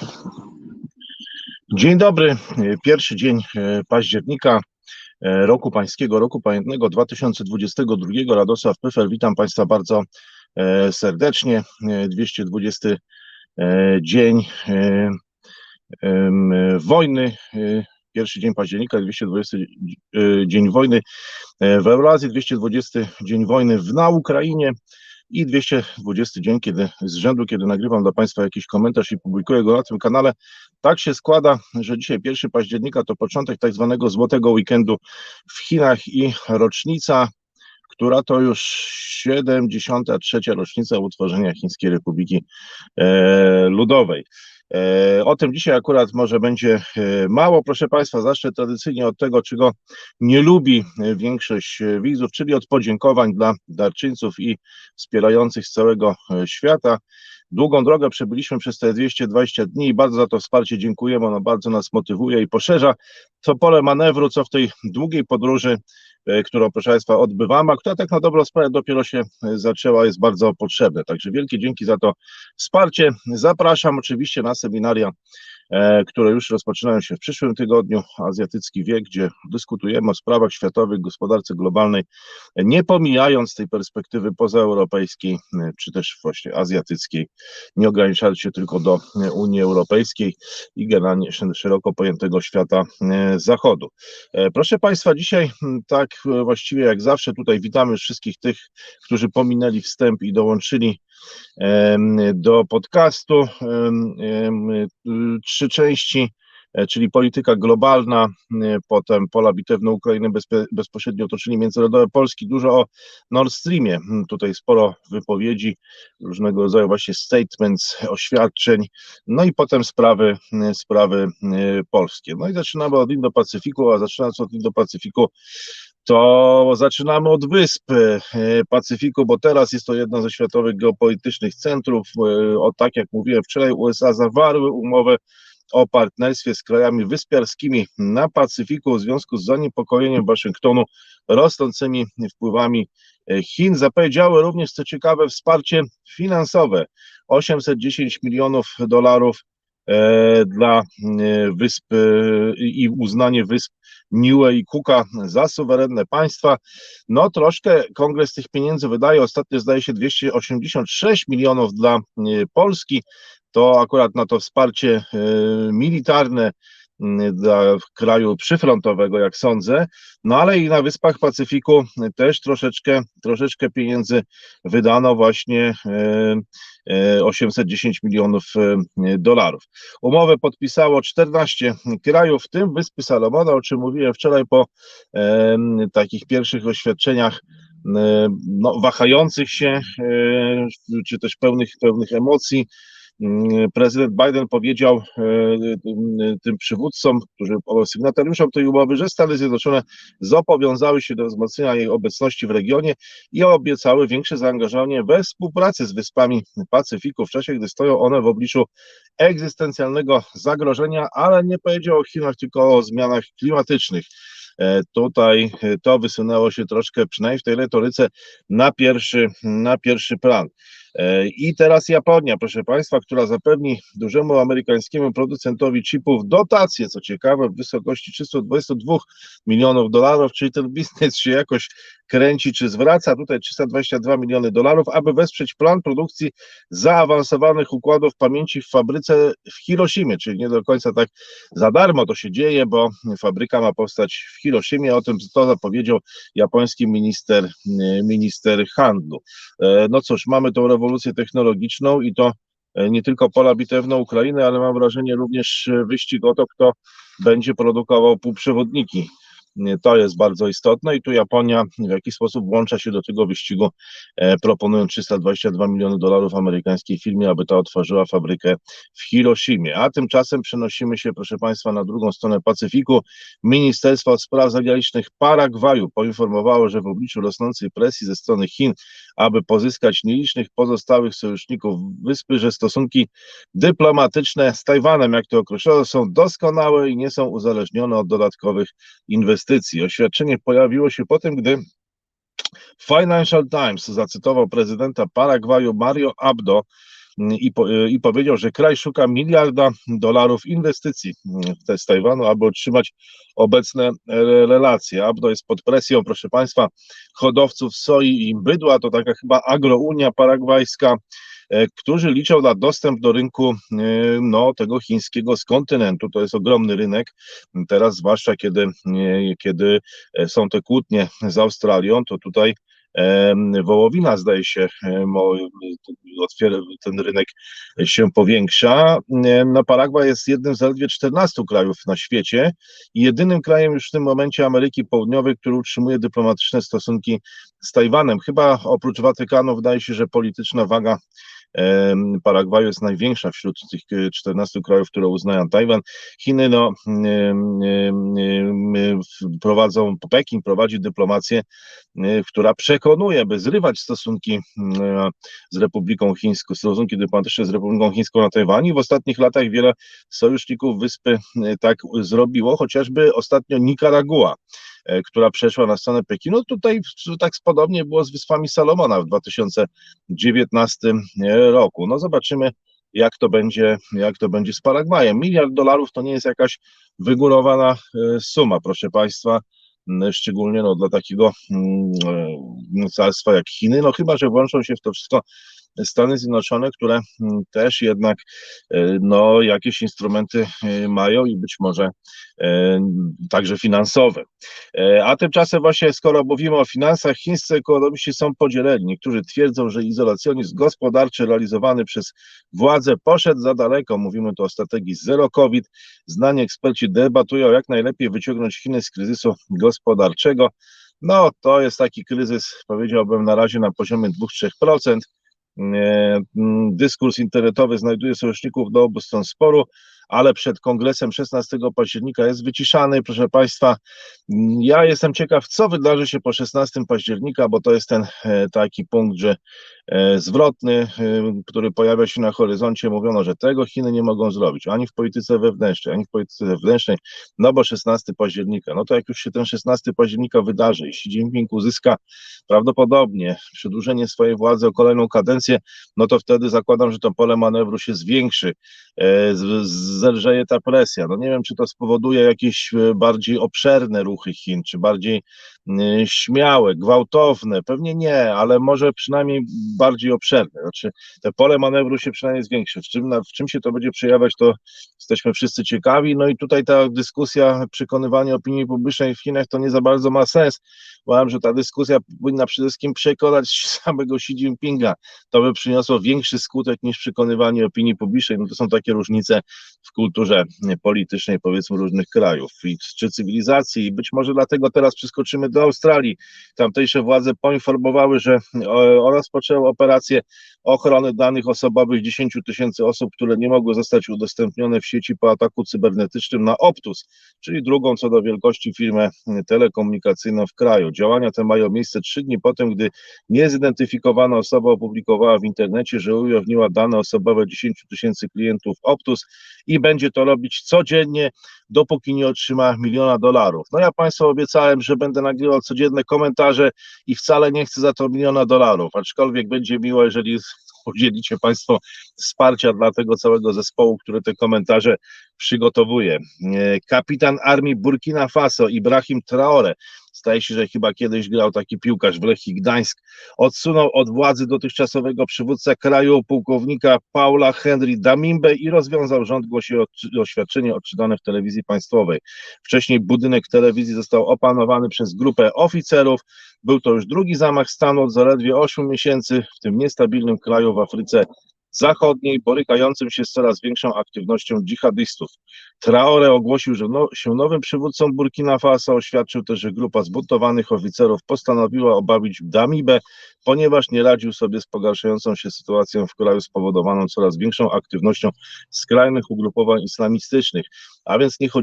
Dzień dobry, pierwszy dzień października roku pańskiego, roku pamiętnego 2022. Radosław Pyfel, witam Państwa bardzo serdecznie. 220 dzień wojny, pierwszy dzień października, 220 dzień wojny w Eurazji, 220 dzień wojny na Ukrainie i 220 dzień z rzędu, kiedy nagrywam dla Państwa jakiś komentarz i publikuję go na tym kanale. Tak się składa, że dzisiaj 1 października to początek tak zwanego złotego weekendu w Chinach i rocznica, która to już 73. rocznica utworzenia Chińskiej Republiki Ludowej. O tym dzisiaj akurat może będzie mało. Proszę Państwa, zacznę tradycyjnie od tego, czego nie lubi większość widzów, czyli od podziękowań dla darczyńców i wspierających z całego świata. Długą drogę przebyliśmy przez te 220 dni i bardzo za to wsparcie dziękujemy. Ono bardzo nas motywuje i poszerza to pole manewru, co w tej długiej podróży, którą, proszę Państwa, odbywamy, a która tak na dobrą sprawę dopiero się zaczęła, jest bardzo potrzebne. Także wielkie dzięki za to wsparcie. Zapraszam oczywiście na seminaria, które już rozpoczynają się w przyszłym tygodniu, Azjatycki Wiek, gdzie dyskutujemy o sprawach światowych, gospodarce globalnej, nie pomijając tej perspektywy pozaeuropejskiej, czy też właśnie azjatyckiej, nie ograniczając się tylko do Unii Europejskiej i generalnie szeroko pojętego świata zachodu. Proszę Państwa, dzisiaj tak właściwie jak zawsze tutaj witamy wszystkich tych, którzy pominęli wstęp i dołączyli do podcastu. 3 części, czyli polityka globalna, potem pola bitewne Ukrainy, bezpośrednio otoczenie międzynarodowe Polski, dużo o Nord Streamie, tutaj sporo wypowiedzi, różnego rodzaju właśnie statements, oświadczeń, no i potem sprawy polskie. No i zaczynamy od Indo-Pacyfiku, a zaczynając od Indo-Pacyfiku, to zaczynamy od wysp Pacyfiku, bo teraz jest to jedno ze światowych geopolitycznych centrów. Tak jak mówiłem wczoraj, USA zawarły umowę o partnerstwie z krajami wyspiarskimi na Pacyfiku w związku z zaniepokojeniem Waszyngtonu rosnącymi wpływami Chin. Zapowiedziały również, co ciekawe, wsparcie finansowe, $810 milionów dla wysp i uznanie wysp Niue i Cooka za suwerenne państwa. No troszkę Kongres tych pieniędzy wydaje, ostatnio zdaje się 286 milionów dla Polski, to akurat na to wsparcie militarne dla kraju przyfrontowego, jak sądzę, no ale i na Wyspach Pacyfiku też troszeczkę pieniędzy wydano, właśnie $810 milionów. Umowę podpisało 14 krajów, w tym Wyspy Salomona, o czym mówiłem wczoraj po takich pierwszych oświadczeniach wahających się, czy też pełnych emocji. Prezydent Biden powiedział tym przywódcom, sygnatariuszom tej umowy, że Stany Zjednoczone zobowiązały się do wzmocnienia jej obecności w regionie i obiecały większe zaangażowanie we współpracę z Wyspami Pacyfiku w czasie, gdy stoją one w obliczu egzystencjalnego zagrożenia, ale nie powiedział o Chinach, tylko o zmianach klimatycznych. Tutaj to wysunęło się troszkę, przynajmniej w tej retoryce, na pierwszy plan. I teraz Japonia, proszę Państwa, która zapewni dużemu amerykańskiemu producentowi chipów dotację, co ciekawe, w wysokości $322 milionów, czyli ten biznes się jakoś kręci czy zwraca. Tutaj $322 miliony, aby wesprzeć plan produkcji zaawansowanych układów pamięci w fabryce w Hiroshimie, czyli nie do końca tak za darmo to się dzieje, bo fabryka ma powstać w Hiroshimie. O tym to zapowiedział japoński minister handlu. No cóż, mamy tą rewolucję technologiczną i to nie tylko pola bitewne Ukrainy, ale mam wrażenie również wyścig o to, kto będzie produkował półprzewodniki. To jest bardzo istotne i tu Japonia w jakiś sposób włącza się do tego wyścigu, proponując $322 miliony amerykańskiej firmie, aby ta otworzyła fabrykę w Hiroshimie. A tymczasem przenosimy się, proszę Państwa, na drugą stronę Pacyfiku. Ministerstwo Spraw Zagranicznych Paragwaju poinformowało, że w obliczu rosnącej presji ze strony Chin, aby pozyskać nielicznych pozostałych sojuszników wyspy, że stosunki dyplomatyczne z Tajwanem, jak to określono, są doskonałe i nie są uzależnione od dodatkowych inwestycji. Oświadczenie pojawiło się po tym, gdy Financial Times zacytował prezydenta Paragwaju Mario Abdo, i powiedział, że kraj szuka $1 miliarda inwestycji z Tajwanu, aby utrzymać obecne relacje. A to jest pod presją, proszę Państwa, hodowców soi i bydła, to taka chyba agrounia paragwajska, którzy liczą na dostęp do rynku tego chińskiego z kontynentu. To jest ogromny rynek. Teraz, zwłaszcza kiedy są te kłótnie z Australią, to tutaj wołowina, zdaje się, ten rynek się powiększa. No, Paragwaj jest jednym z zaledwie 14 krajów na świecie i jedynym krajem już w tym momencie Ameryki Południowej, który utrzymuje dyplomatyczne stosunki z Tajwanem. Chyba oprócz Watykanu wydaje się, że polityczna waga Paragwaju jest największa wśród tych 14 krajów, które uznają Tajwan. Chiny Pekin prowadzi dyplomację, która przekonuje, by zrywać stosunki z Republiką Chińską, stosunki dyplomatyczne z Republiką Chińską na Tajwanie. W ostatnich latach wiele sojuszników wyspy tak zrobiło, chociażby ostatnio Nikaragua, która przeszła na stronę Pekinu. Tutaj tak podobnie było z Wyspami Salomona w 2019 roku. No zobaczymy, jak to będzie z Paragwajem. $1 miliard to nie jest jakaś wygórowana suma, proszę Państwa, szczególnie dla takiego mocarstwa jak Chiny, no chyba że włączą się w to wszystko Stany Zjednoczone, które też jednak jakieś instrumenty mają i być może także finansowe. A tymczasem właśnie, skoro mówimy o finansach, chińscy ekonomiści są podzieleni. Niektórzy twierdzą, że izolacjonizm gospodarczy realizowany przez władze poszedł za daleko. Mówimy tu o strategii zero COVID. Znani eksperci debatują, jak najlepiej wyciągnąć Chiny z kryzysu gospodarczego. No, to jest taki kryzys, powiedziałbym, na razie na poziomie 2-3%. Dyskurs internetowy znajduje sojuszników do obu stron sporu, ale przed kongresem 16 października jest wyciszany. Proszę Państwa, ja jestem ciekaw, co wydarzy się po 16 października, bo to jest ten taki punkt, że zwrotny, który pojawia się na horyzoncie. Mówiono, że tego Chiny nie mogą zrobić, ani w polityce wewnętrznej, ani w polityce zewnętrznej, no bo 16 października, no to jak już się ten 16 października wydarzy i Xi Jinping uzyska prawdopodobnie przedłużenie swojej władzy o kolejną kadencję, no to wtedy zakładam, że to pole manewru się zwiększy, zelżeje ta presja. No nie wiem, czy to spowoduje jakieś bardziej obszerne ruchy Chin, czy bardziej śmiałe, gwałtowne, pewnie nie, ale może przynajmniej bardziej obszerne. Znaczy, te pole manewru się przynajmniej zwiększy. W czym się to będzie przejawiać, to jesteśmy wszyscy ciekawi. No i tutaj ta dyskusja, przekonywanie opinii publicznej w Chinach to nie za bardzo ma sens. Uważam, że ta dyskusja powinna przede wszystkim przekonać samego Xi Jinpinga. To by przyniosło większy skutek niż przekonywanie opinii publicznej. No to są takie różnice w kulturze politycznej, powiedzmy, różnych krajów czy cywilizacji. I być może dlatego teraz przeskoczymy do Australii. Tamtejsze władze poinformowały, że rozpoczęły operację ochrony danych osobowych 10 000 osób, które nie mogły zostać udostępnione w sieci po ataku cybernetycznym na Optus, czyli drugą co do wielkości firmę telekomunikacyjną w kraju. Działania te mają miejsce 3 dni po tym, gdy niezidentyfikowana osoba opublikowała w internecie, że ujawniła dane osobowe 10 000 klientów Optus i będzie to robić codziennie, dopóki nie otrzyma $1 miliona. No ja Państwu obiecałem, że będę nagrywał codzienne komentarze i wcale nie chcę za to $1 miliona, aczkolwiek będzie miło, jeżeli udzielicie Państwo wsparcia dla tego całego zespołu, który te komentarze przygotowuje. Kapitan armii Burkina Faso Ibrahim Traore, zdaje się, że chyba kiedyś grał taki piłkarz w Lechii Gdańsk, odsunął od władzy dotychczasowego przywódcę kraju pułkownika Paula Henry Damimbę i rozwiązał rząd, głosi oświadczenie odczytane w telewizji państwowej. Wcześniej budynek telewizji został opanowany przez grupę oficerów. Był to już drugi zamach stanu od zaledwie 8 miesięcy w tym niestabilnym kraju w Afryce Zachodniej, borykającym się z coraz większą aktywnością dżihadystów. Traore ogłosił, że się nowym przywódcą Burkina Faso. Oświadczył też, że grupa zbuntowanych oficerów postanowiła obawić Damibę, ponieważ nie radził sobie z pogarszającą się sytuacją w kraju spowodowaną coraz większą aktywnością skrajnych ugrupowań islamistycznych. A więc nie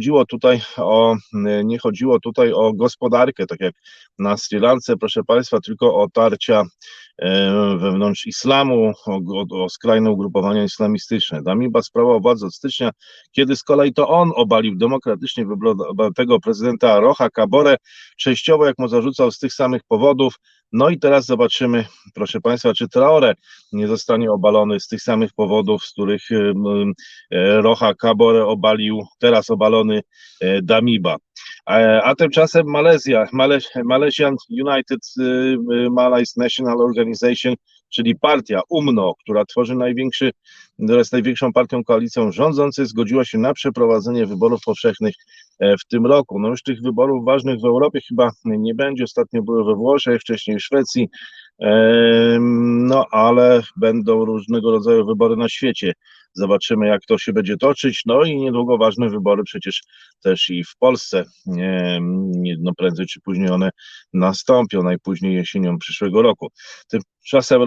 chodziło tutaj o gospodarkę, tak jak na Sri Lance, proszę Państwa, tylko o tarcia wewnątrz islamu, o skrajne ugrupowania islamistyczne. Damiba sprawował władzę od stycznia, kiedy z kolei to on obalił demokratycznie wybranego prezydenta Rocha Kabore, częściowo, jak mu zarzucał, z tych samych powodów, No i teraz zobaczymy, proszę Państwa, czy Traoré nie zostanie obalony z tych samych powodów, z których Rocha Kabore obalił teraz obalony Damiba. A tymczasem Malaysian United Malays National Organization, czyli partia UMNO, która jest największą partią koalicją rządzącej, zgodziła się na przeprowadzenie wyborów powszechnych w tym roku. No już tych wyborów ważnych w Europie chyba nie będzie. Ostatnio były we Włoszech, wcześniej w Szwecji, no ale będą różnego rodzaju wybory na świecie. Zobaczymy, jak to się będzie toczyć. No i niedługo ważne wybory przecież też i w Polsce. No prędzej czy później one nastąpią, najpóźniej jesienią przyszłego roku. Tymczasem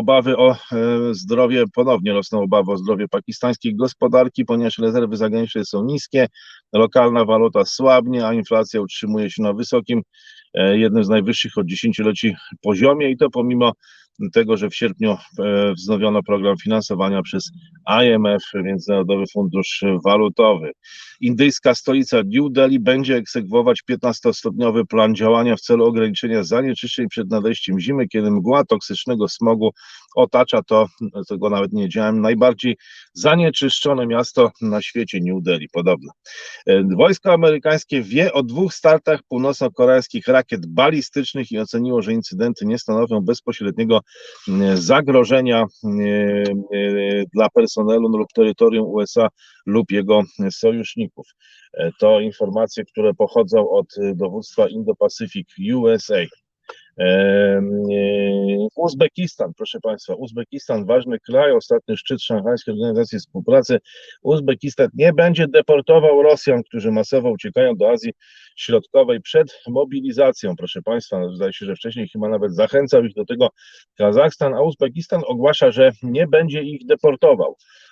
ponownie rosną obawy o zdrowie pakistańskiej gospodarki, ponieważ rezerwy zagraniczne są niskie, lokalna waluta słabnie, a inflacja utrzymuje się na wysokim, jednym z najwyższych od dziesięcioleci poziomie i to pomimo tego, że w sierpniu wznowiono program finansowania przez IMF, Międzynarodowy Fundusz Walutowy. Indyjska stolica New Delhi będzie egzekwować 15-stopniowy plan działania w celu ograniczenia zanieczyszczeń przed nadejściem zimy, kiedy mgła toksycznego smogu otacza tego nawet nie wiedziałem, najbardziej zanieczyszczone miasto na świecie, New Delhi podobno. Wojsko amerykańskie wie o 2 startach północno-koreańskich rakiet balistycznych i oceniło, że incydenty nie stanowią bezpośredniego zagrożenia dla personelu lub terytorium USA lub jego sojuszników. To informacje, które pochodzą od dowództwa Indo-Pacific USA. Uzbekistan, proszę Państwa, Uzbekistan, ważny kraj, ostatni szczyt Szanghajskiej Organizacji Współpracy. Uzbekistan nie będzie deportował Rosjan, którzy masowo uciekają do Azji Środkowej przed mobilizacją, proszę Państwa. Zdaje się, że wcześniej chyba nawet zachęcał ich do tego Kazachstan, a Uzbekistan ogłasza, że nie będzie ich deportował.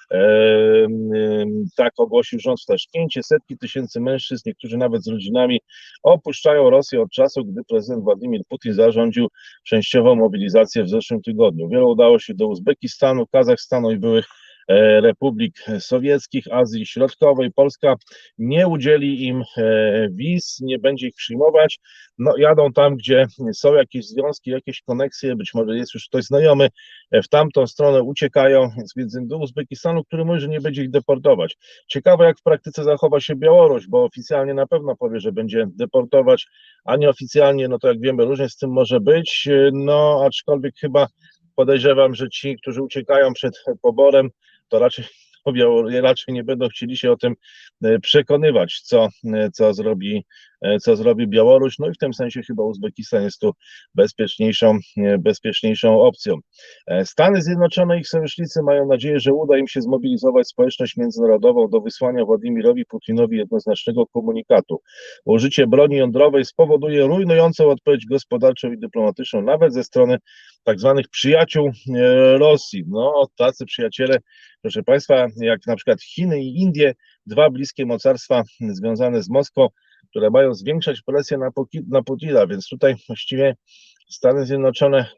Tak ogłosił rząd w Taszkencie. Setki tysięcy mężczyzn, niektórzy nawet z rodzinami, opuszczają Rosję od czasu, gdy prezydent Władimir Putin zarządził częściową mobilizację w zeszłym tygodniu. Wielu udało się do Uzbekistanu, Kazachstanu i byłych republik sowieckich, Azji Środkowej. Polska nie udzieli im wiz, nie będzie ich przyjmować. No, jadą tam, gdzie są jakieś związki, jakieś koneksje, być może jest już ktoś znajomy, w tamtą stronę uciekają, więc do Uzbekistanu, który mówi, że nie będzie ich deportować. Ciekawe, jak w praktyce zachowa się Białoruś, bo oficjalnie na pewno powie, że będzie deportować, a nieoficjalnie, no to jak wiemy, różnie z tym może być, no aczkolwiek chyba podejrzewam, że ci, którzy uciekają przed poborem, to raczej nie będą chcieli się o tym przekonywać, co zrobi Białoruś. No i w tym sensie chyba Uzbekistan jest tu bezpieczniejszą opcją. Stany Zjednoczone i ich sojusznicy mają nadzieję, że uda im się zmobilizować społeczność międzynarodową do wysłania Władimirowi Putinowi jednoznacznego komunikatu. Użycie broni jądrowej spowoduje rujnującą odpowiedź gospodarczą i dyplomatyczną, nawet ze strony tak zwanych przyjaciół Rosji. No, tacy przyjaciele, proszę Państwa, jak na przykład Chiny i Indie, 2 bliskie mocarstwa związane z Moskwą, które mają zwiększać presję na Putina, więc tutaj właściwie Stany Zjednoczone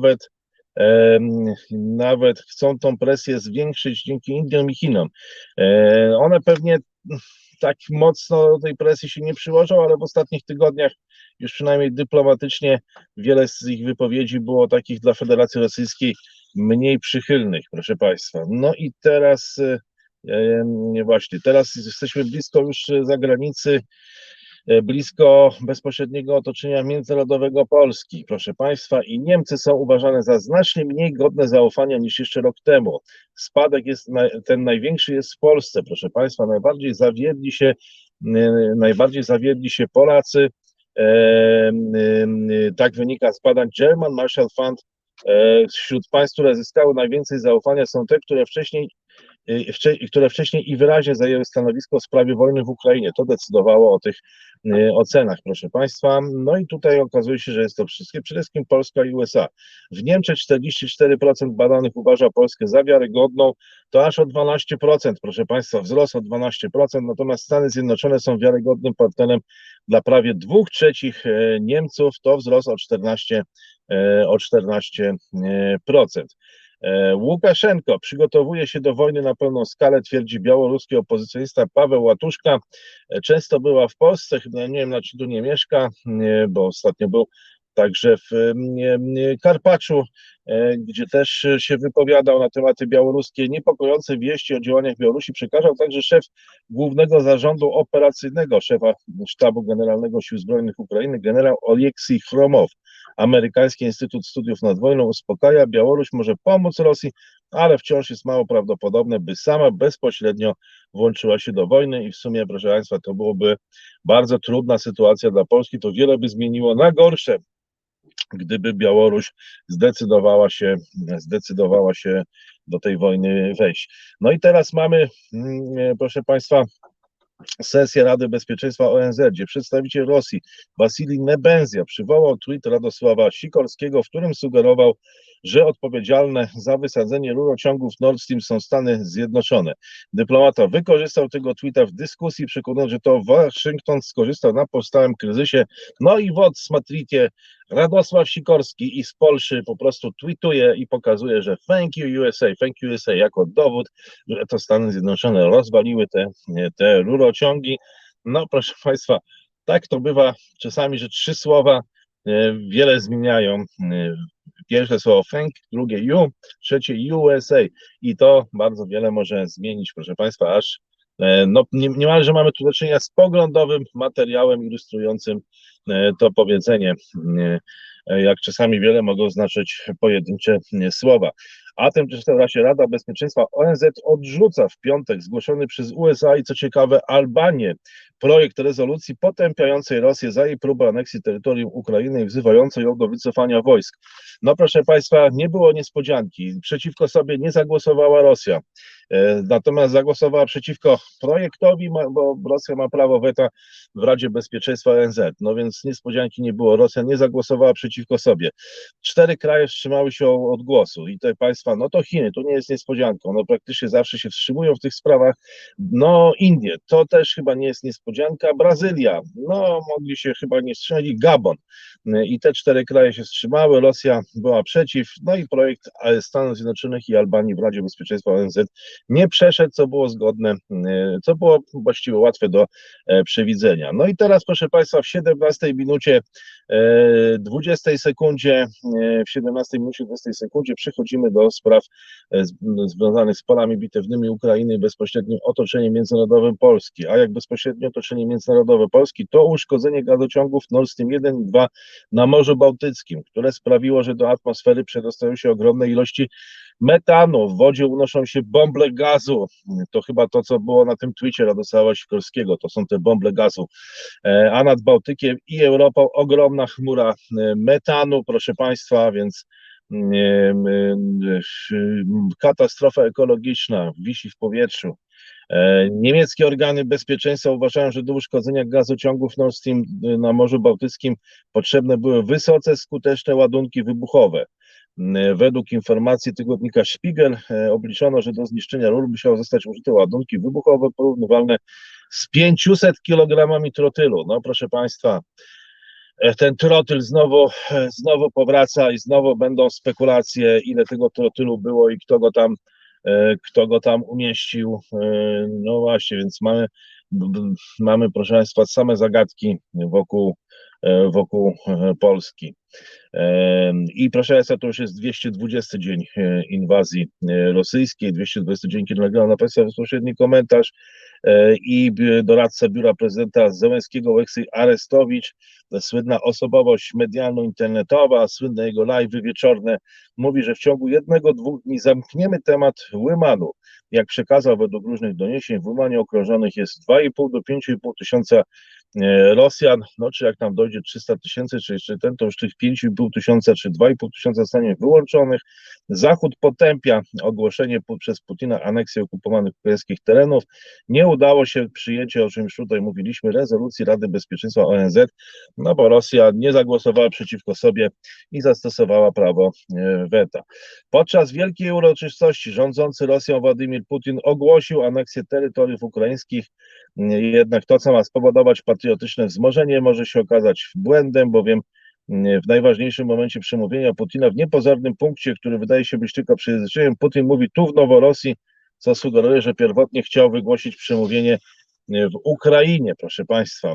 nawet chcą tą presję zwiększyć dzięki Indiom i Chinom. One pewnie tak mocno do tej presji się nie przyłożą, ale w ostatnich tygodniach już przynajmniej dyplomatycznie wiele z ich wypowiedzi było takich dla Federacji Rosyjskiej mniej przychylnych, proszę Państwa. No i teraz teraz jesteśmy blisko już zagranicy, blisko bezpośredniego otoczenia międzynarodowego Polski, proszę Państwa, i Niemcy są uważane za znacznie mniej godne zaufania niż jeszcze rok temu. Spadek ten największy jest w Polsce, proszę Państwa, najbardziej zawiedli się Polacy, tak wynika z badań German Marshall Fund. Wśród państw, które zyskały najwięcej zaufania, są te, które wcześniej i wyraźnie zajęły stanowisko w sprawie wojny w Ukrainie. To decydowało o tych ocenach, proszę Państwa. No i tutaj okazuje się, że jest to przede wszystkim Polska i USA. W Niemczech 44% badanych uważa Polskę za wiarygodną, to aż o 12%, proszę Państwa, wzrost o 12%, natomiast Stany Zjednoczone są wiarygodnym partnerem dla prawie 2/3 Niemców, to wzrost o 14%. Łukaszenko przygotowuje się do wojny na pełną skalę, twierdzi białoruski opozycjonista Paweł Łatuszka. Często była w Polsce, chyba nie wiem, na czy tu nie mieszka, bo ostatnio był także w Karpaczu, gdzie też się wypowiadał na tematy białoruskie. Niepokojące wieści o działaniach Białorusi przekazał także szef Głównego Zarządu Operacyjnego, szefa Sztabu Generalnego Sił Zbrojnych Ukrainy, generał Oleksij Chromow. Amerykański Instytut Studiów nad Wojną uspokaja, Białoruś może pomóc Rosji, ale wciąż jest mało prawdopodobne, by sama bezpośrednio włączyła się do wojny i w sumie, proszę Państwa, to byłoby bardzo trudna sytuacja dla Polski, to wiele by zmieniło na gorsze, gdyby Białoruś zdecydowała się do tej wojny wejść. No i teraz mamy, proszę Państwa, sesję Rady Bezpieczeństwa ONZ, gdzie przedstawiciel Rosji Wasilij Nebenzja przywołał tweet Radosława Sikorskiego, w którym sugerował, że odpowiedzialne za wysadzenie rurociągów Nord Stream są Stany Zjednoczone. Dyplomata wykorzystał tego tweeta w dyskusji, przekonując, że to Waszyngton skorzystał na powstałym kryzysie. No i wod smatritie, Radosław Sikorski i z Polszy po prostu tweetuje i pokazuje, że thank you USA jako dowód, że to Stany Zjednoczone rozwaliły te rurociągi. No proszę Państwa, tak to bywa czasami, że 3 słowa wiele zmieniają. Pierwsze słowo thank, drugie you, trzecie USA i to bardzo wiele może zmienić, proszę Państwa, aż no, niemalże mamy tu do czynienia z poglądowym materiałem ilustrującym to powiedzenie, jak czasami wiele mogą znaczyć pojedyncze słowa. A tymczasem Rada Bezpieczeństwa ONZ odrzuca w piątek zgłoszony przez USA i co ciekawe Albanię projekt rezolucji potępiającej Rosję za jej próbę aneksji terytorium Ukrainy i wzywającej ją do wycofania wojsk. No proszę Państwa, nie było niespodzianki. Przeciwko sobie nie zagłosowała Rosja. Natomiast zagłosowała przeciwko projektowi, bo Rosja ma prawo weta w Radzie Bezpieczeństwa ONZ. No więc niespodzianki nie było. Rosja nie zagłosowała przeciwko sobie. 4 kraje wstrzymały się od głosu i te państwa, no to Chiny, to nie jest niespodzianką. No praktycznie zawsze się wstrzymują w tych sprawach. No Indie, to też chyba nie jest niespodzianka. Brazylia, no mogli się chyba nie wstrzymać i Gabon. I te 4 kraje się wstrzymały, Rosja była przeciw, no i projekt Stanów Zjednoczonych i Albanii w Radzie Bezpieczeństwa ONZ nie przeszedł, co było zgodne, co było właściwie łatwe do przewidzenia. No i teraz, proszę Państwa, w 17 minucie 20 sekundzie, w 17 minucie 20 sekundzie przechodzimy do spraw związanych z polami bitewnymi Ukrainy i bezpośrednim otoczeniem międzynarodowym Polski. A jak bezpośrednie otoczenie międzynarodowe Polski, to uszkodzenie gazociągów Nord Stream 1 i 2 na Morzu Bałtyckim, które sprawiło, że do atmosfery przedostają się ogromne ilości metanu, w wodzie unoszą się bąble gazu. To chyba to, co było na tym twicie Radosława Sikorskiego, to są te bąble gazu. A nad Bałtykiem i Europą ogromna chmura metanu, proszę Państwa, więc katastrofa ekologiczna wisi w powietrzu. Niemieckie organy bezpieczeństwa uważają, że do uszkodzenia gazociągów Nord Stream na Morzu Bałtyckim potrzebne były wysoce skuteczne ładunki wybuchowe. Według informacji tygodnika Spiegel obliczono, że do zniszczenia rur musiały zostać użyte ładunki wybuchowe porównywalne z 500 kg trotylu. No proszę Państwa, ten trotyl znowu powraca i znowu będą spekulacje, ile tego trotylu było i kto go tam umieścił. No właśnie, więc mamy, proszę Państwa, same zagadki wokół Polski. I proszę Państwa, to już jest 220 dzień inwazji rosyjskiej, 220 dzień, kiedy nagrano na Państwa bezpośredni komentarz i doradca biura prezydenta Zełenskiego Oleksij Arestowicz, słynna osobowość medialno-internetowa, słynne jego live'y wieczorne, mówi, że w ciągu 1-2 dni zamkniemy temat Łymanu. Jak przekazał według różnych doniesień, w Łymanie okrążonych jest 2,5 do 5,5 tysiąca Rosjan, no czy jak tam dojdzie 300 000, czy jeszcze to już tych 5,5 tysiąca, czy 2,5 tysiąca zostanie wyłączonych. Zachód potępia ogłoszenie przez Putina aneksji okupowanych ukraińskich terenów. Nie udało się przyjęcie, o czym już tutaj mówiliśmy, rezolucji Rady Bezpieczeństwa ONZ, no bo Rosja nie zagłosowała przeciwko sobie i zastosowała prawo weta. Podczas wielkiej uroczystości rządzący Rosją Władimir Putin ogłosił aneksję terytoriów ukraińskich, jednak to, co ma spowodować patriotyczne wzmożenie, może się okazać błędem, bowiem w najważniejszym momencie przemówienia Putina, w niepozornym punkcie, który wydaje się być tylko przejęzyczeniem, Putin mówi tu w Noworosji, co sugeruje, że pierwotnie chciał wygłosić przemówienie w Ukrainie, proszę Państwa.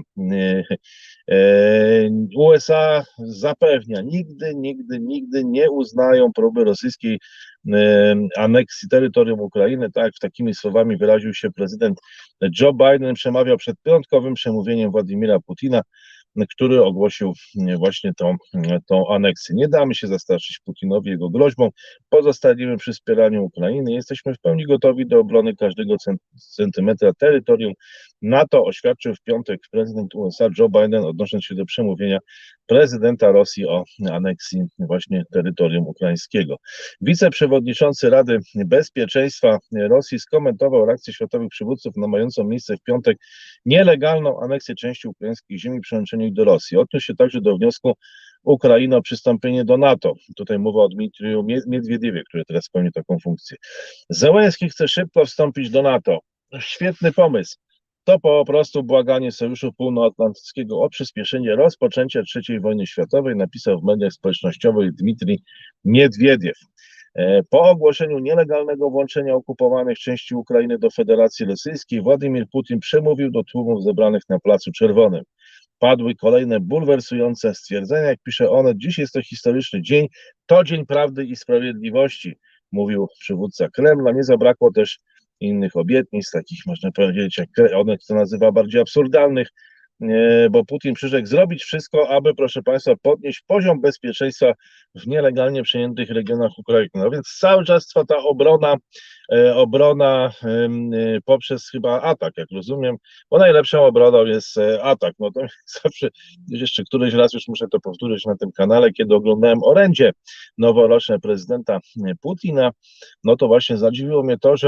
USA zapewnia, nigdy nie uznają próby rosyjskiej aneksji terytorium Ukrainy. Tak, takimi słowami wyraził się prezydent Joe Biden, przemawiał przed piątkowym przemówieniem Władimira Putina, który ogłosił właśnie tą aneksję. Nie damy się zastraszyć Putinowi jego groźbą, pozostaniemy przy wspieraniu Ukrainy, jesteśmy w pełni gotowi do obrony każdego centymetra terytorium NATO, oświadczył w piątek prezydent USA Joe Biden, odnosząc się do przemówienia prezydenta Rosji o aneksji właśnie terytorium ukraińskiego. Wiceprzewodniczący Rady Bezpieczeństwa Rosji skomentował reakcję światowych przywódców na mającą miejsce w piątek nielegalną aneksję części ukraińskich ziemi, przyłączeniu ich do Rosji. Odniósł się także do wniosku Ukrainy o przystąpienie do NATO. Tutaj mowa o Dmitriju Miedwiediewie, który teraz pełni taką funkcję. Zełenski chce szybko wstąpić do NATO. Świetny pomysł. To po prostu błaganie Sojuszu Północnoatlantyckiego o przyspieszenie rozpoczęcia III wojny światowej, napisał w mediach społecznościowych Dmitrij Miedwiediew. Po ogłoszeniu nielegalnego włączenia okupowanych części Ukrainy do Federacji Rosyjskiej, Władimir Putin przemówił do tłumów zebranych na Placu Czerwonym. Padły kolejne bulwersujące stwierdzenia, jak pisze Onet, dziś jest to historyczny dzień, to dzień prawdy i sprawiedliwości, mówił przywódca Kremla. Nie zabrakło też innych obietnic, takich można powiedzieć, jak Onet to nazywa bardziej absurdalnych, bo Putin przyrzekł zrobić wszystko, aby, proszę Państwa, podnieść poziom bezpieczeństwa w nielegalnie przejętych regionach Ukrainy. No więc cały czas trwa ta obrona poprzez chyba atak, jak rozumiem, bo najlepszą obroną jest atak. No to zawsze, jeszcze któryś raz już muszę to powtórzyć na tym kanale, kiedy oglądałem orędzie noworoczne prezydenta Putina, no to właśnie zadziwiło mnie to,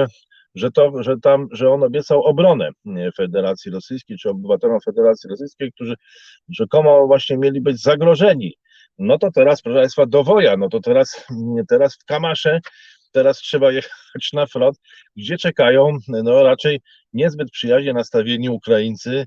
że on obiecał obronę Federacji Rosyjskiej, czy obywatelom Federacji Rosyjskiej, którzy rzekomo właśnie mieli być zagrożeni. No to teraz, proszę Państwa, do woja, no to teraz w Kamasze, teraz trzeba jechać na front, gdzie czekają no raczej niezbyt przyjaźnie nastawieni Ukraińcy,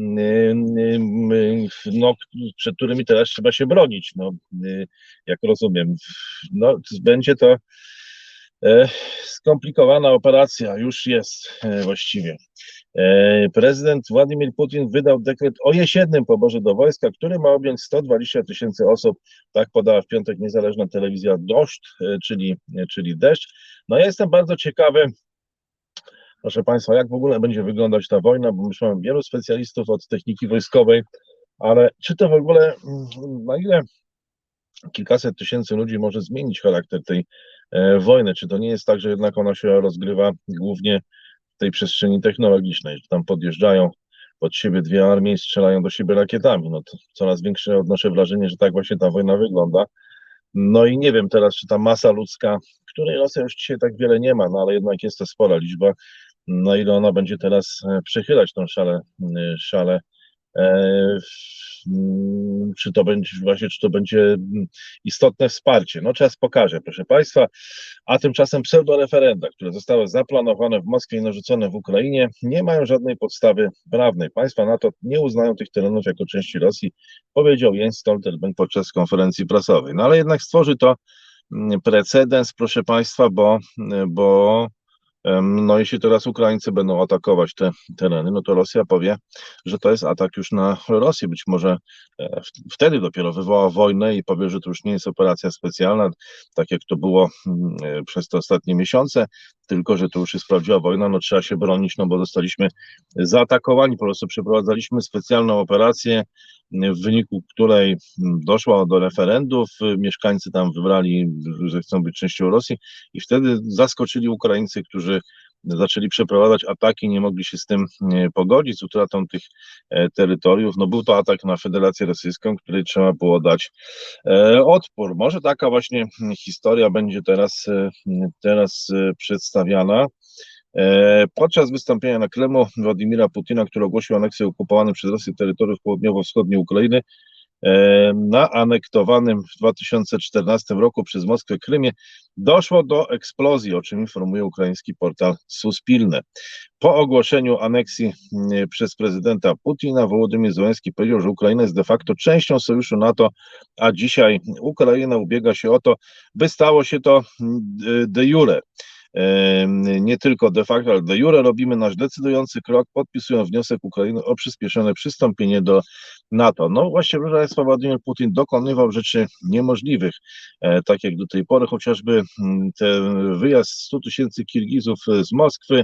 no, przed którymi teraz trzeba się bronić, no, jak rozumiem. No, będzie to skomplikowana operacja, już jest właściwie. Prezydent Władimir Putin wydał dekret o jesiennym poborze do wojska, który ma objąć 120 000 osób, tak podała w piątek niezależna telewizja Dość, czyli Deszcz. No ja jestem bardzo ciekawy, proszę Państwa, jak w ogóle będzie wyglądać ta wojna, bo już mamy wielu specjalistów od techniki wojskowej, ale czy to w ogóle, na ile kilkaset tysięcy ludzi może zmienić charakter tej wojny? Czy to nie jest tak, że jednak ona się rozgrywa głównie w tej przestrzeni technologicznej, że tam podjeżdżają pod siebie dwie armie i strzelają do siebie rakietami? No to coraz większe odnoszę wrażenie, że tak właśnie ta wojna wygląda. No i nie wiem teraz, czy ta masa ludzka, której Rosja już dzisiaj tak wiele nie ma, no ale jednak jest to spora liczba, na ile ona będzie teraz przechylać tą szalę czy to będzie istotne wsparcie. No czas pokaże, proszę Państwa. A tymczasem pseudoreferenda, które zostały zaplanowane w Moskwie i narzucone w Ukrainie, nie mają żadnej podstawy prawnej. Państwa NATO nie uznają tych terenów jako części Rosji, powiedział Jens Stoltenberg podczas konferencji prasowej. No ale jednak stworzy to precedens, proszę Państwa, bo no jeśli teraz Ukraińcy będą atakować te tereny, no to Rosja powie, że to jest atak już na Rosję. Być może wtedy dopiero wywoła wojnę i powie, że to już nie jest operacja specjalna, tak jak to było przez te ostatnie miesiące, tylko że to już jest prawdziwa wojna, no trzeba się bronić, no bo zostaliśmy zaatakowani, po prostu przeprowadzaliśmy specjalną operację, w wyniku której doszło do referendów, mieszkańcy tam wybrali, że chcą być częścią Rosji i wtedy zaskoczyli Ukraińcy, którzy zaczęli przeprowadzać ataki, nie mogli się z tym pogodzić, z utratą tych terytoriów. No był to atak na Federację Rosyjską, której trzeba było dać odpór. Może taka właśnie historia będzie teraz przedstawiana. Podczas wystąpienia na Kremlu Władimira Putina, który ogłosił aneksję okupowanych przez Rosję terytoriów południowo-wschodniej Ukrainy, na anektowanym w 2014 roku przez Moskwę Krymie doszło do eksplozji, o czym informuje ukraiński portal Suspilne. Po ogłoszeniu aneksji przez prezydenta Putina Wołodymyr Zełenski powiedział, że Ukraina jest de facto częścią sojuszu NATO, a dzisiaj Ukraina ubiega się o to, by stało się to de jure. nie tylko de facto, ale de jure robimy nasz decydujący krok, podpisując wniosek Ukrainy o przyspieszone przystąpienie do NATO. No właśnie, proszę Państwa, Władimir Putin dokonywał rzeczy niemożliwych, tak jak do tej pory, chociażby ten wyjazd 100 tysięcy Kirgizów z Moskwy,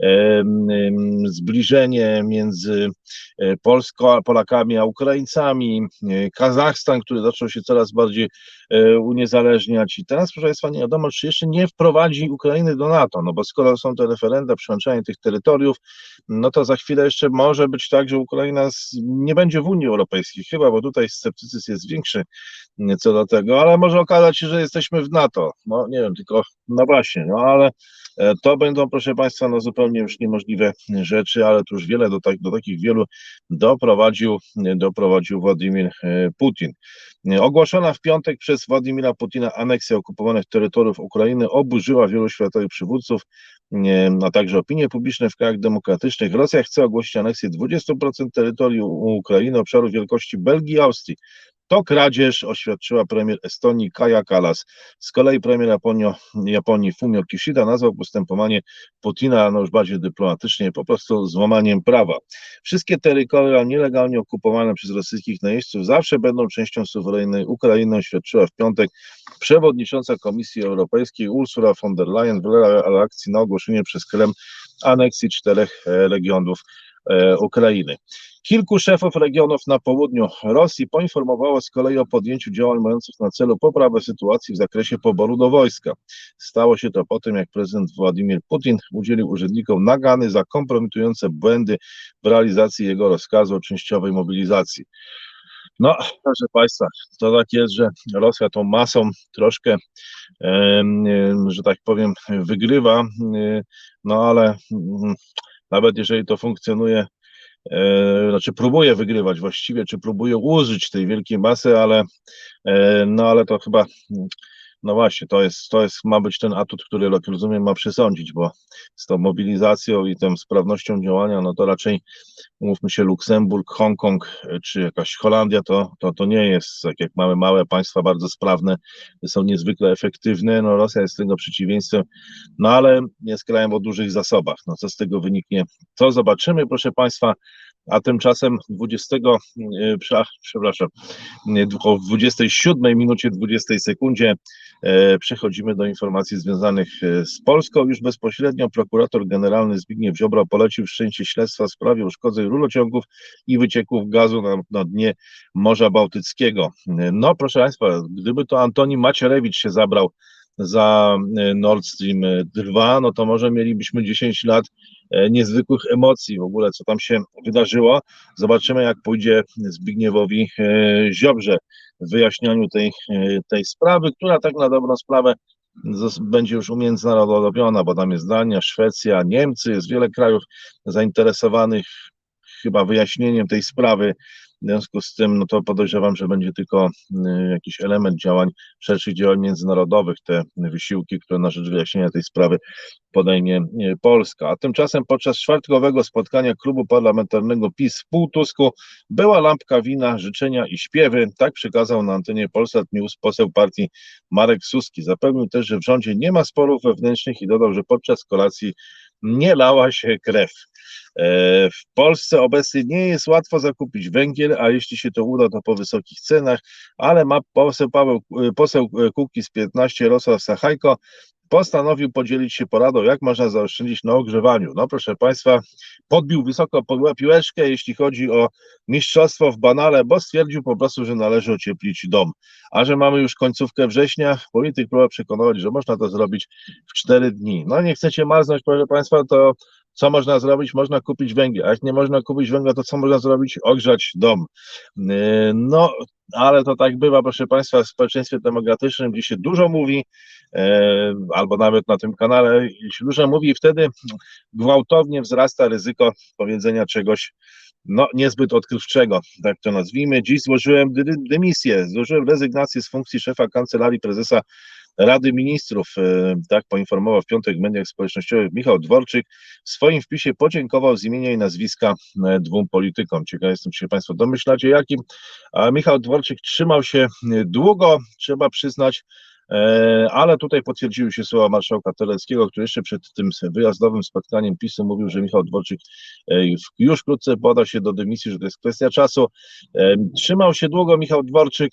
zbliżenie między Polakami a Ukraińcami, Kazachstan, który zaczął się coraz bardziej uniezależniać i teraz, proszę Państwa, nie wiadomo, czy jeszcze nie wprowadzi Ukrainy do NATO, no bo skoro są te referenda, przyłączanie tych terytoriów, no to za chwilę jeszcze może być tak, że Ukraina nie będzie w Unii Europejskiej, chyba, bo tutaj sceptycyzm jest większy co do tego, ale może okazać się, że jesteśmy w NATO, no nie wiem, tylko, no właśnie, no ale to będą, proszę Państwa, no zupełnie już niemożliwe rzeczy, ale to już wiele do takich wielu doprowadził Władimir Putin. Ogłoszona w piątek przez Władimira Putina aneksja okupowanych terytoriów Ukrainy oburzyła wielu światowych przywódców, a także opinię publiczną w krajach demokratycznych. Rosja chce ogłosić aneksję 20% terytorium Ukrainy, obszaru wielkości Belgii i Austrii. To kradzież, oświadczyła premier Estonii Kaja Kallas. Z kolei premier Japonii Fumio Kishida nazwał postępowanie Putina, no już bardziej dyplomatycznie, po prostu złamaniem prawa. Wszystkie terytoria nielegalnie okupowane przez rosyjskich najeźdźców zawsze będą częścią suwerennej Ukrainy, oświadczyła w piątek przewodnicząca Komisji Europejskiej Ursula von der Leyen w reakcji na ogłoszenie przez Kreml aneksji 4 regionów Ukrainy. Kilku szefów regionów na południu Rosji poinformowało z kolei o podjęciu działań mających na celu poprawę sytuacji w zakresie poboru do wojska. Stało się to po tym, jak prezydent Władimir Putin udzielił urzędnikom nagany za kompromitujące błędy w realizacji jego rozkazu o częściowej mobilizacji. No, proszę Państwa, to tak jest, że Rosja tą masą troszkę, że tak powiem, wygrywa, no ale nawet jeżeli to funkcjonuje, znaczy próbuje wygrywać właściwie, czy próbuje użyć tej wielkiej masy, ale to chyba, no właśnie, to jest, ma być ten atut, który, jak rozumiem, ma przesądzić, bo z tą mobilizacją i tą sprawnością działania, no to raczej, umówmy się, Luksemburg, Hongkong, czy jakaś Holandia, to nie jest, tak jak mamy małe państwa bardzo sprawne, są niezwykle efektywne, no Rosja jest tego przeciwieństwem, no ale jest krajem o dużych zasobach, no co z tego wyniknie, to zobaczymy, proszę Państwa, a tymczasem o 27 minucie 20 sekundzie przechodzimy do informacji związanych z Polską. Już bezpośrednio prokurator generalny Zbigniew Ziobro polecił wszczęcie śledztwa w sprawie uszkodzeń rurociągów i wycieków gazu na dnie Morza Bałtyckiego. No proszę Państwa, gdyby to Antoni Macierewicz się zabrał za Nord Stream 2, no to może mielibyśmy 10 lat niezwykłych emocji w ogóle, co tam się wydarzyło. Zobaczymy, jak pójdzie Zbigniewowi Ziobrze w wyjaśnianiu tej sprawy, która tak na dobrą sprawę będzie już umiędzynarodowiona, bo tam jest Dania, Szwecja, Niemcy, jest wiele krajów zainteresowanych chyba wyjaśnieniem tej sprawy. W związku z tym, no to podejrzewam, że będzie tylko jakiś element szerszych działań międzynarodowych, te wysiłki, które na rzecz wyjaśnienia tej sprawy podejmie Polska. A tymczasem podczas czwartkowego spotkania klubu parlamentarnego PiS w Półtusku była lampka wina, życzenia i śpiewy. Tak przekazał na antenie Polsat News poseł partii Marek Suski. Zapewnił też, że w rządzie nie ma sporów wewnętrznych i dodał, że podczas kolacji nie lała się krew. W Polsce obecnie nie jest łatwo zakupić węgiel, a jeśli się to uda, to po wysokich cenach, ale poseł Kukiz 15 Jarosław Sachajko postanowił podzielić się poradą, jak można zaoszczędzić na ogrzewaniu. No proszę Państwa, podbił wysoko piłeczkę, jeśli chodzi o mistrzostwo w banale, bo stwierdził po prostu, że należy ocieplić dom. A że mamy już końcówkę września, polityk próbował przekonywać, że można to zrobić w 4 dni. No nie chcecie marznąć, proszę Państwa, to co można zrobić? Można kupić węgiel. A jak nie można kupić węgla, to co można zrobić? Ogrzać dom. No, ale to tak bywa, proszę Państwa, w społeczeństwie demokratycznym, gdzie się dużo mówi, albo nawet na tym kanale się dużo mówi, i wtedy gwałtownie wzrasta ryzyko powiedzenia czegoś niezbyt odkrywczego, tak to nazwijmy. Dziś złożyłem złożyłem rezygnację z funkcji szefa Kancelarii Prezesa Rady Ministrów, tak poinformował w piątek w mediach społecznościowych Michał Dworczyk. W swoim wpisie podziękował z imienia i nazwiska 2 politykom. Ciekaw jestem, czy się Państwo domyślacie, jakim. A Michał Dworczyk trzymał się długo, trzeba przyznać, Ale tutaj potwierdziły się słowa marszałka Terleckiego, który jeszcze przed tym wyjazdowym spotkaniem PiS-u mówił, że Michał Dworczyk już wkrótce poda się do dymisji, że to jest kwestia czasu. Trzymał się długo Michał Dworczyk,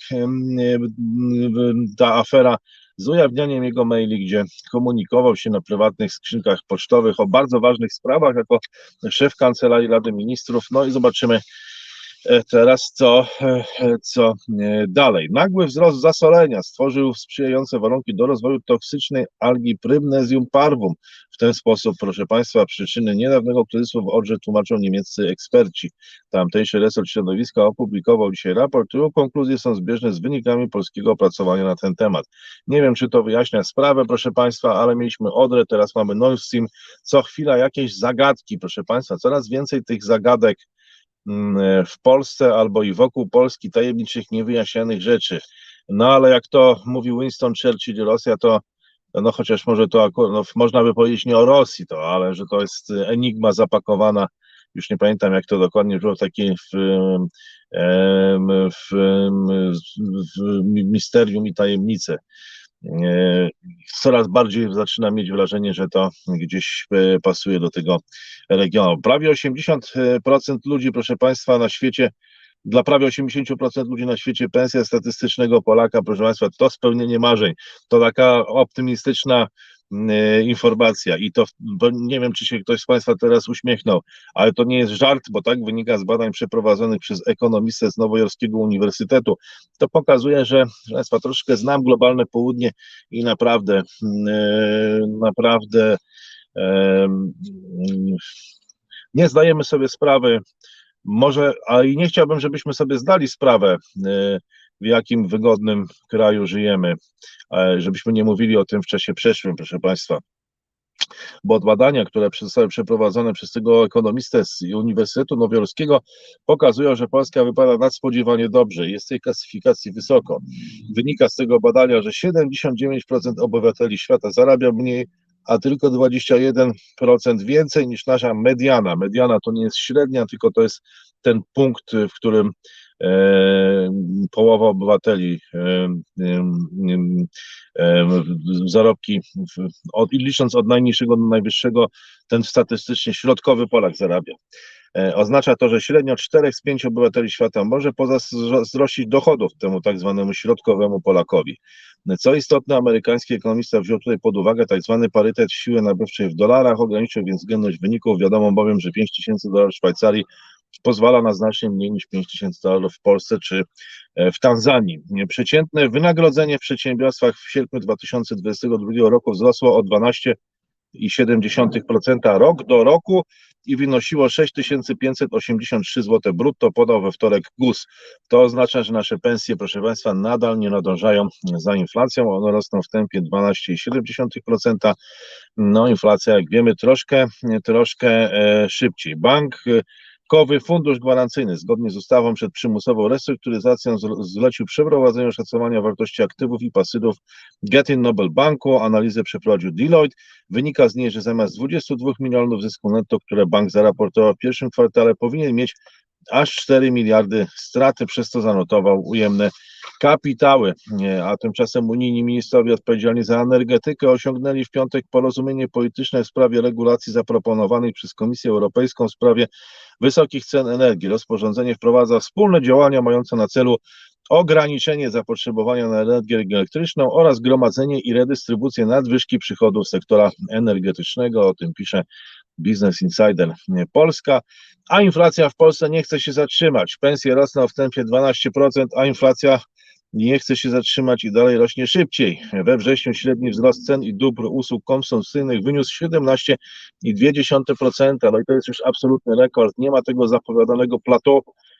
ta afera z ujawnianiem jego maili, gdzie komunikował się na prywatnych skrzynkach pocztowych o bardzo ważnych sprawach jako szef Kancelarii Rady Ministrów. No i zobaczymy teraz, co dalej. Nagły wzrost zasolenia stworzył sprzyjające warunki do rozwoju toksycznej algi Prymnesium parvum. W ten sposób, proszę Państwa, przyczyny niedawnego kryzysu w Odrze tłumaczą niemieccy eksperci. Tamtejszy resort środowiska opublikował dzisiaj raport, którego konkluzje są zbieżne z wynikami polskiego opracowania na ten temat. Nie wiem, czy to wyjaśnia sprawę, proszę Państwa, ale mieliśmy Odrę, teraz mamy Nord Stream. Co chwila jakieś zagadki, proszę Państwa, coraz więcej tych zagadek w Polsce albo i wokół Polski, tajemniczych, niewyjaśnionych rzeczy. No ale jak to mówił Winston Churchill, Rosja to, no chociaż może to akurat, no, można by powiedzieć nie o Rosji to, ale że to jest enigma zapakowana, już nie pamiętam jak to dokładnie było, takie w misterium i tajemnice. Coraz bardziej zaczyna mieć wrażenie, że to gdzieś pasuje do tego regionu. Prawie 80% ludzi, proszę Państwa, na świecie, dla prawie 80% ludzi na świecie pensja statystycznego Polaka, proszę Państwa, to spełnienie marzeń. To taka optymistyczna informacja i to nie wiem, czy się ktoś z Państwa teraz uśmiechnął, ale to nie jest żart, bo tak wynika z badań przeprowadzonych przez ekonomistę z Nowojorskiego Uniwersytetu. To pokazuje, że Państwa, troszkę znam globalne południe i naprawdę nie zdajemy sobie sprawy, może, a i nie chciałbym, żebyśmy sobie zdali sprawę, w jakim wygodnym kraju żyjemy, żebyśmy nie mówili o tym w czasie przeszłym, proszę Państwa. Bo badania, które zostały przeprowadzone przez tego ekonomistę z Uniwersytetu Nowojorskiego, pokazują, że Polska wypada nadspodziewanie dobrze, jest w tej klasyfikacji wysoko. Wynika z tego badania, że 79% obywateli świata zarabia mniej, a tylko 21% więcej niż nasza mediana. Mediana to nie jest średnia, tylko to jest ten punkt, w którym połowa obywateli zarobki, licząc od najniższego do najwyższego, ten statystycznie środkowy Polak zarabia. Oznacza to, że średnio 4 z 5 obywateli świata może pozazdrościć dochodów temu tak zwanemu środkowemu Polakowi. Co istotne, amerykański ekonomista wziął tutaj pod uwagę tak zwany parytet siły nabywczej w dolarach, ograniczył więc względność wyników. Wiadomo bowiem, że $5000 w Szwajcarii pozwala na znacznie mniej niż $5000 w Polsce czy w Tanzanii. Przeciętne wynagrodzenie w przedsiębiorstwach w sierpniu 2022 roku wzrosło o 12,7% rok do roku i wynosiło 6583 zł brutto, podał we wtorek GUS. To oznacza, że nasze pensje, proszę Państwa, nadal nie nadążają za inflacją, one rosną w tempie 12,7%. No inflacja, jak wiemy, troszkę szybciej. Bankowy Fundusz Gwarancyjny zgodnie z ustawą przed przymusową restrukturyzacją zlecił przeprowadzenie oszacowania wartości aktywów i pasywów Getin Noble Banku. Analizę przeprowadził Deloitte. Wynika z niej, że zamiast 22 milionów zysku netto, które bank zaraportował w pierwszym kwartale, powinien mieć aż 4 miliardy straty, przez co zanotował ujemne kapitały. A tymczasem unijni ministrowie odpowiedzialni za energetykę osiągnęli w piątek porozumienie polityczne w sprawie regulacji zaproponowanej przez Komisję Europejską w sprawie wysokich cen energii. Rozporządzenie wprowadza wspólne działania mające na celu ograniczenie zapotrzebowania na energię elektryczną oraz gromadzenie i redystrybucję nadwyżki przychodów sektora energetycznego. O tym pisze Business Insider Polska, a inflacja w Polsce nie chce się zatrzymać. Pensje rosną w tempie 12%, a inflacja nie chce się zatrzymać i dalej rośnie szybciej. We wrześniu średni wzrost cen i dóbr usług konsumpcyjnych wyniósł 17,2%. No i to jest już absolutny rekord. Nie ma tego zapowiadanego plateau,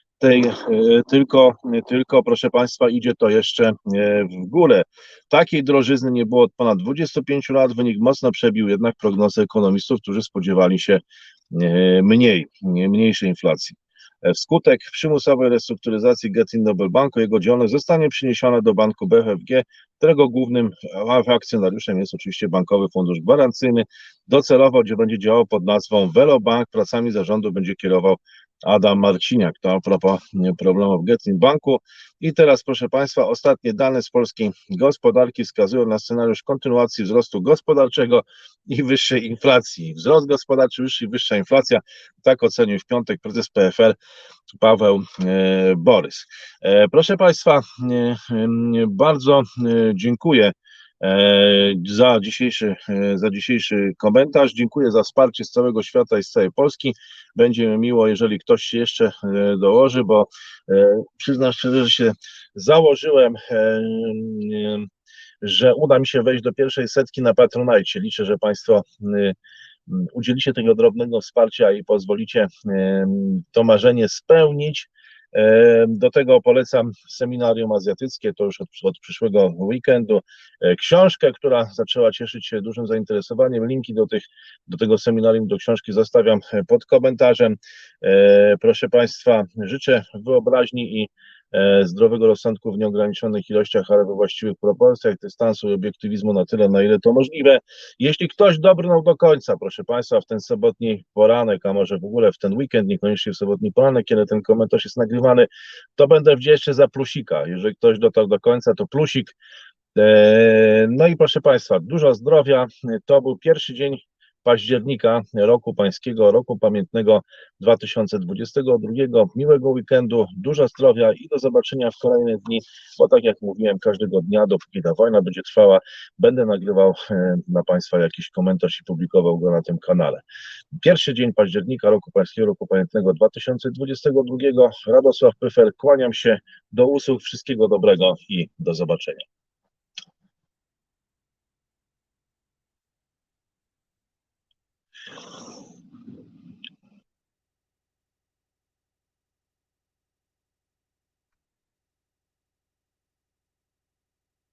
tylko proszę Państwa, idzie to jeszcze w górę. Takiej drożyzny nie było od ponad 25 lat. Wynik mocno przebił jednak prognozy ekonomistów, którzy spodziewali się mniejszej inflacji. Wskutek przymusowej restrukturyzacji Getin Noble Banku jego działalność zostanie przeniesiona do banku BFG, którego głównym akcjonariuszem jest oczywiście Bankowy Fundusz Gwarancyjny. Docelowo, gdzie będzie działał pod nazwą Velobank, pracami zarządu będzie kierował Adam Marciniak, to a propos problemów w Getin Banku. I teraz, proszę Państwa, ostatnie dane z polskiej gospodarki wskazują na scenariusz kontynuacji wzrostu gospodarczego i wyższej inflacji. Wzrost gospodarczy, wyższa inflacja, tak ocenił w piątek prezes PFR Paweł Borys. Proszę Państwa, bardzo dziękuję za dzisiejszy komentarz. Dziękuję za wsparcie z całego świata i z całej Polski. Będzie mi miło, jeżeli ktoś się jeszcze dołoży, bo przyznam szczerze, że się założyłem, że uda mi się wejść do pierwszej setki na Patronite. Liczę, że Państwo udzielicie tego drobnego wsparcia i pozwolicie to marzenie spełnić. Do tego polecam seminarium azjatyckie, to już od przyszłego weekendu. Książkę, która zaczęła cieszyć się dużym zainteresowaniem. Linki do tego seminarium, do książki zostawiam pod komentarzem. Proszę Państwa, życzę wyobraźni i zdrowego rozsądku w nieograniczonych ilościach, ale we właściwych proporcjach, dystansu i obiektywizmu na tyle, na ile to możliwe. Jeśli ktoś dobrnął do końca, proszę Państwa, w ten sobotni poranek, a może w ogóle w ten weekend, niekoniecznie w sobotni poranek, kiedy ten komentarz jest nagrywany, to będę wdzięczny za plusika. Jeżeli ktoś dotarł do końca, to plusik. No i proszę Państwa, dużo zdrowia. To był pierwszy dzień października roku pańskiego, roku pamiętnego 2022. Miłego weekendu, dużo zdrowia i do zobaczenia w kolejne dni, bo tak jak mówiłem, każdego dnia, dopóki ta wojna będzie trwała, będę nagrywał na Państwa jakiś komentarz i publikował go na tym kanale. Pierwszy dzień października roku pańskiego, roku pamiętnego 2022. Radosław Pyfer, kłaniam się, do usług, wszystkiego dobrego i do zobaczenia.